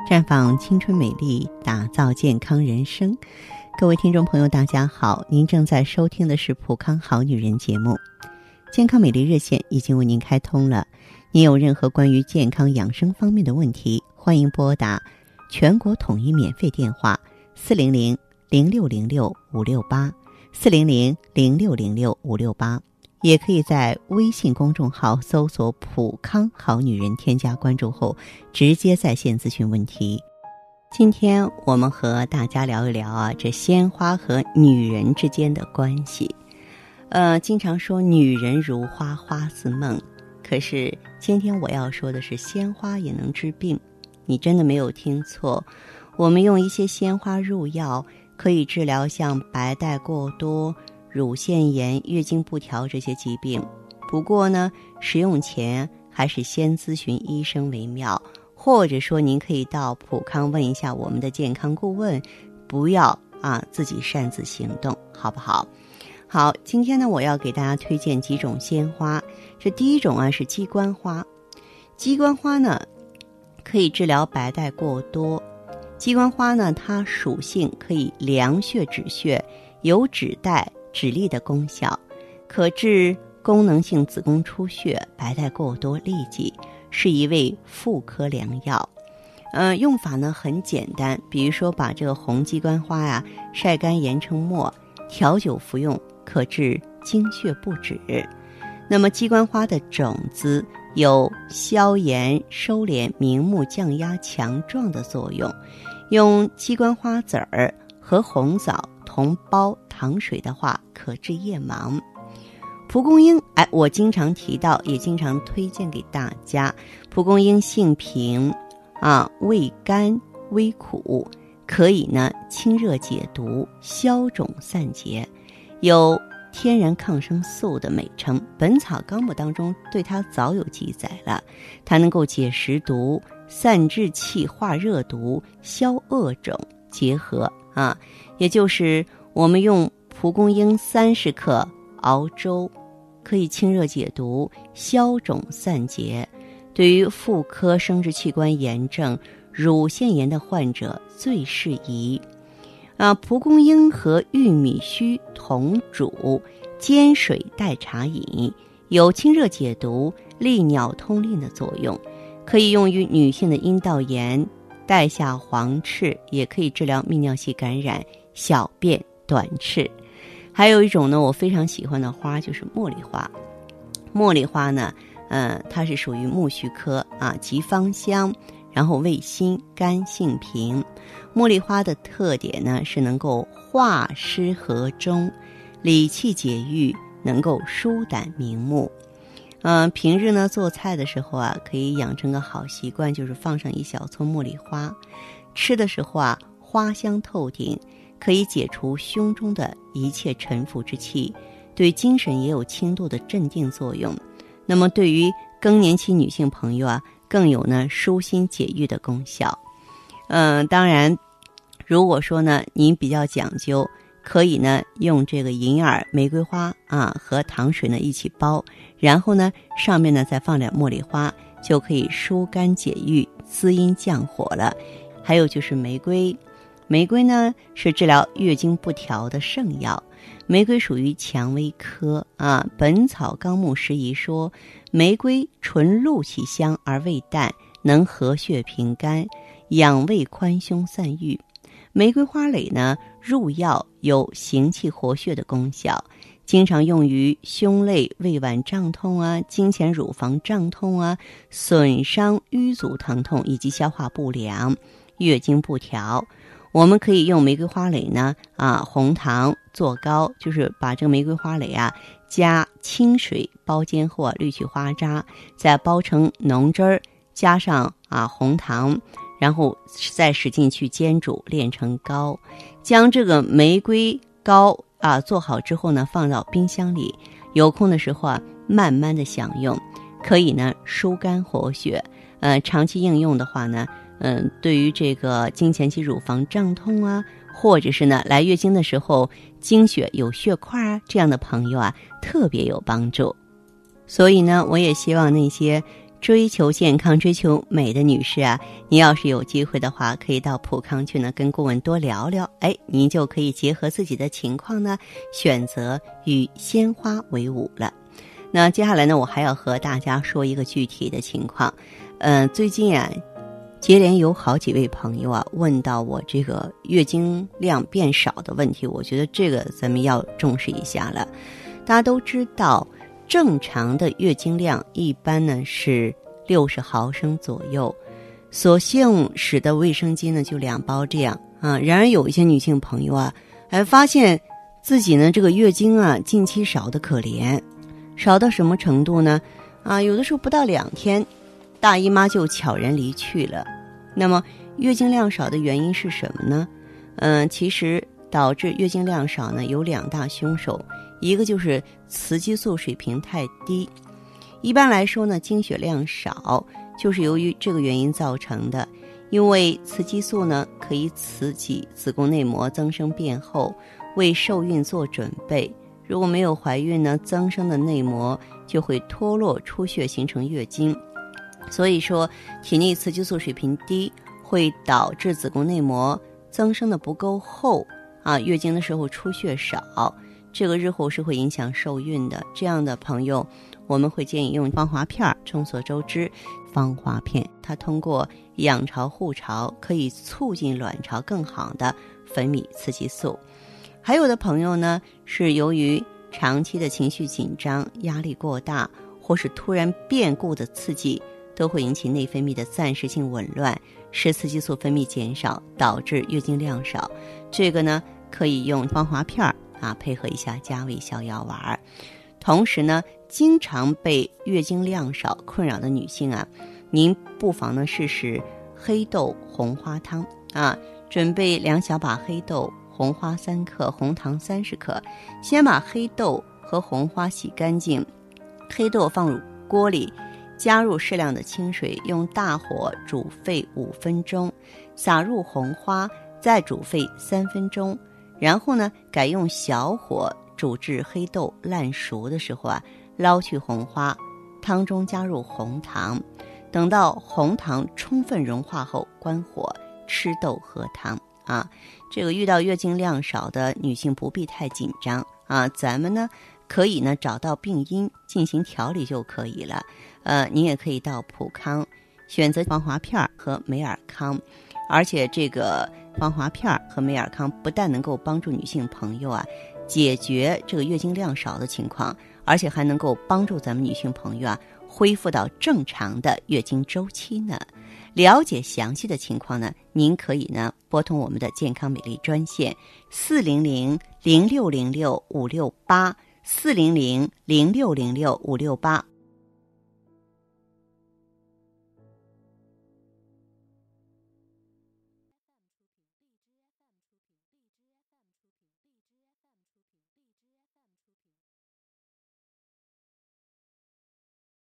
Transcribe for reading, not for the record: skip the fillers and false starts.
绽放青春美丽，打造健康人生。各位听众朋友大家好，您正在收听的是普康好女人节目。健康美丽热线已经为您开通了，您有任何关于健康养生方面的问题，欢迎拨打全国统一免费电话400-0606-568 400-0606-568，也可以在微信公众号搜索普康好女人，添加关注后直接在线咨询问题。今天我们和大家聊一聊这鲜花和女人之间的关系。经常说女人如花，花似梦，可是今天我要说的是鲜花也能治病。你真的没有听错，我们用一些鲜花入药，可以治疗像白带过多、乳腺炎、月经不调这些疾病。不过呢，使用前还是先咨询医生为妙，或者说您可以到普康问一下我们的健康顾问，不要自己擅自行动，好不好？好，今天呢，我要给大家推荐几种鲜花。这第一种是鸡冠花。鸡冠花呢，可以治疗白带过多。鸡冠花呢，它属性可以凉血止血，有止带止痢的功效，可治功能性子宫出血、白带过多、痢疾，是一味妇科良药。用法呢很简单，比如说把这个红鸡冠花晒干研成末，调酒服用，可治经血不止。那么鸡冠花的种子有消炎、收敛、明目、降压、强壮的作用。用鸡冠花籽儿和红枣同煲糖水的话，可治夜盲。蒲公英，我经常提到，也经常推荐给大家。蒲公英性平味甘微苦，可以呢清热解毒、消肿散结，有天然抗生素的美称。《本草纲目》当中对它早有记载了，它能够解食毒、散滞气、化热毒、消恶肿，结合也就是我们用蒲公英30克熬粥，可以清热解毒、消肿散结。对于妇科生殖器官炎症、乳腺炎的患者最适宜。蒲公英和玉米须同煮，煎水代茶饮，有清热解毒、利尿通淋的作用，可以用于女性的阴道炎、带下黄赤，也可以治疗泌尿系感染、小便短赤。还有一种呢，我非常喜欢的花就是茉莉花。茉莉花呢，它是属于木须科极芳香，然后味辛，甘性平。茉莉花的特点呢是能够化湿和中，理气解郁，能够疏胆明目。平日呢做菜的时候可以养成个好习惯，就是放上一小撮茉莉花，吃的时候花香透顶，可以解除胸中的一切沉浮之气，对精神也有轻度的镇定作用。那么对于更年期女性朋友更有呢舒心解郁的功效。当然如果说呢您比较讲究，可以呢用这个银耳、玫瑰花和糖水呢一起煲，然后呢上面呢再放点茉莉花，就可以疏肝解郁、滋阴降火了。还有就是玫瑰，玫瑰呢是治疗月经不调的圣药。玫瑰属于蔷薇科《本草纲目》时宜说，玫瑰纯露其香而味淡，能和血平肝，养胃宽胸散郁。玫瑰花蕾呢入药有行气活血的功效，经常用于胸肋、胃脘胀痛经前乳房胀痛损伤瘀阻疼痛以及消化不良、月经不调。我们可以用玫瑰花蕾呢红糖做膏，就是把这个玫瑰花蕾加清水煲煎后滤去花渣，再煲成浓汁儿，加上红糖，然后再使劲去煎煮，炼成膏。将这个玫瑰膏做好之后呢，放到冰箱里，有空的时候慢慢的享用，可以呢疏肝活血。长期应用的话呢，对于这个经前期乳房胀痛或者是呢来月经的时候经血有血块这样的朋友特别有帮助。所以呢，我也希望那些追求健康、追求美的女士啊，您要是有机会的话，可以到普康去呢，跟顾问多聊聊。您就可以结合自己的情况呢，选择与鲜花为伍了。那接下来呢，我还要和大家说一个具体的情况。最近啊，接连有好几位朋友啊问到我这个月经量变少的问题，我觉得这个咱们要重视一下了。大家都知道，正常的月经量一般呢是60毫升左右，所幸使的卫生巾呢就2包这样啊。然而有一些女性朋友啊，发现自己呢这个月经啊近期少得可怜，少到什么程度呢？有的时候不到2天，大姨妈就悄然离去了。那么月经量少的原因是什么呢？其实导致月经量少呢有2大凶手，一个就是雌激素水平太低。一般来说呢，经血量少就是由于这个原因造成的。因为雌激素呢可以刺激子宫内膜增生变厚，为受孕做准备。如果没有怀孕呢，增生的内膜就会脱落出血，形成月经。所以说体内雌激素水平低会导致子宫内膜增生的不够厚月经的时候出血少，这个日后是会影响受孕的。这样的朋友我们会建议用芳华片。众所周知，芳华片它通过养巢护巢，可以促进卵巢更好的分泌雌激素。还有的朋友呢，是由于长期的情绪紧张、压力过大，或是突然变故的刺激，都会引起内分泌的暂时性紊乱，使雌激素分泌减少，导致月经量少。这个呢，可以用芳华片配合一下加味逍遥丸。同时呢，经常被月经量少困扰的女性您不妨呢试试黑豆红花汤准备2小把黑豆，红花3克，红糖30克。先把黑豆和红花洗干净，黑豆放入锅里，加入适量的清水，用大火煮沸5分钟，撒入红花，再煮沸3分钟。然后呢，改用小火煮至黑豆烂熟的时候捞去红花，汤中加入红糖，等到红糖充分融化后关火，吃豆喝汤这个遇到月经量少的女性不必太紧张咱们呢可以呢找到病因进行调理就可以了。你也可以到普康选择芳华片和美尔康，而且这个芳华片和美尔康不但能够帮助女性朋友解决这个月经量少的情况，而且还能够帮助咱们女性朋友恢复到正常的月经周期呢。了解详细的情况呢，您可以呢拨通我们的健康美丽专线400-0606-568 400-0606-568。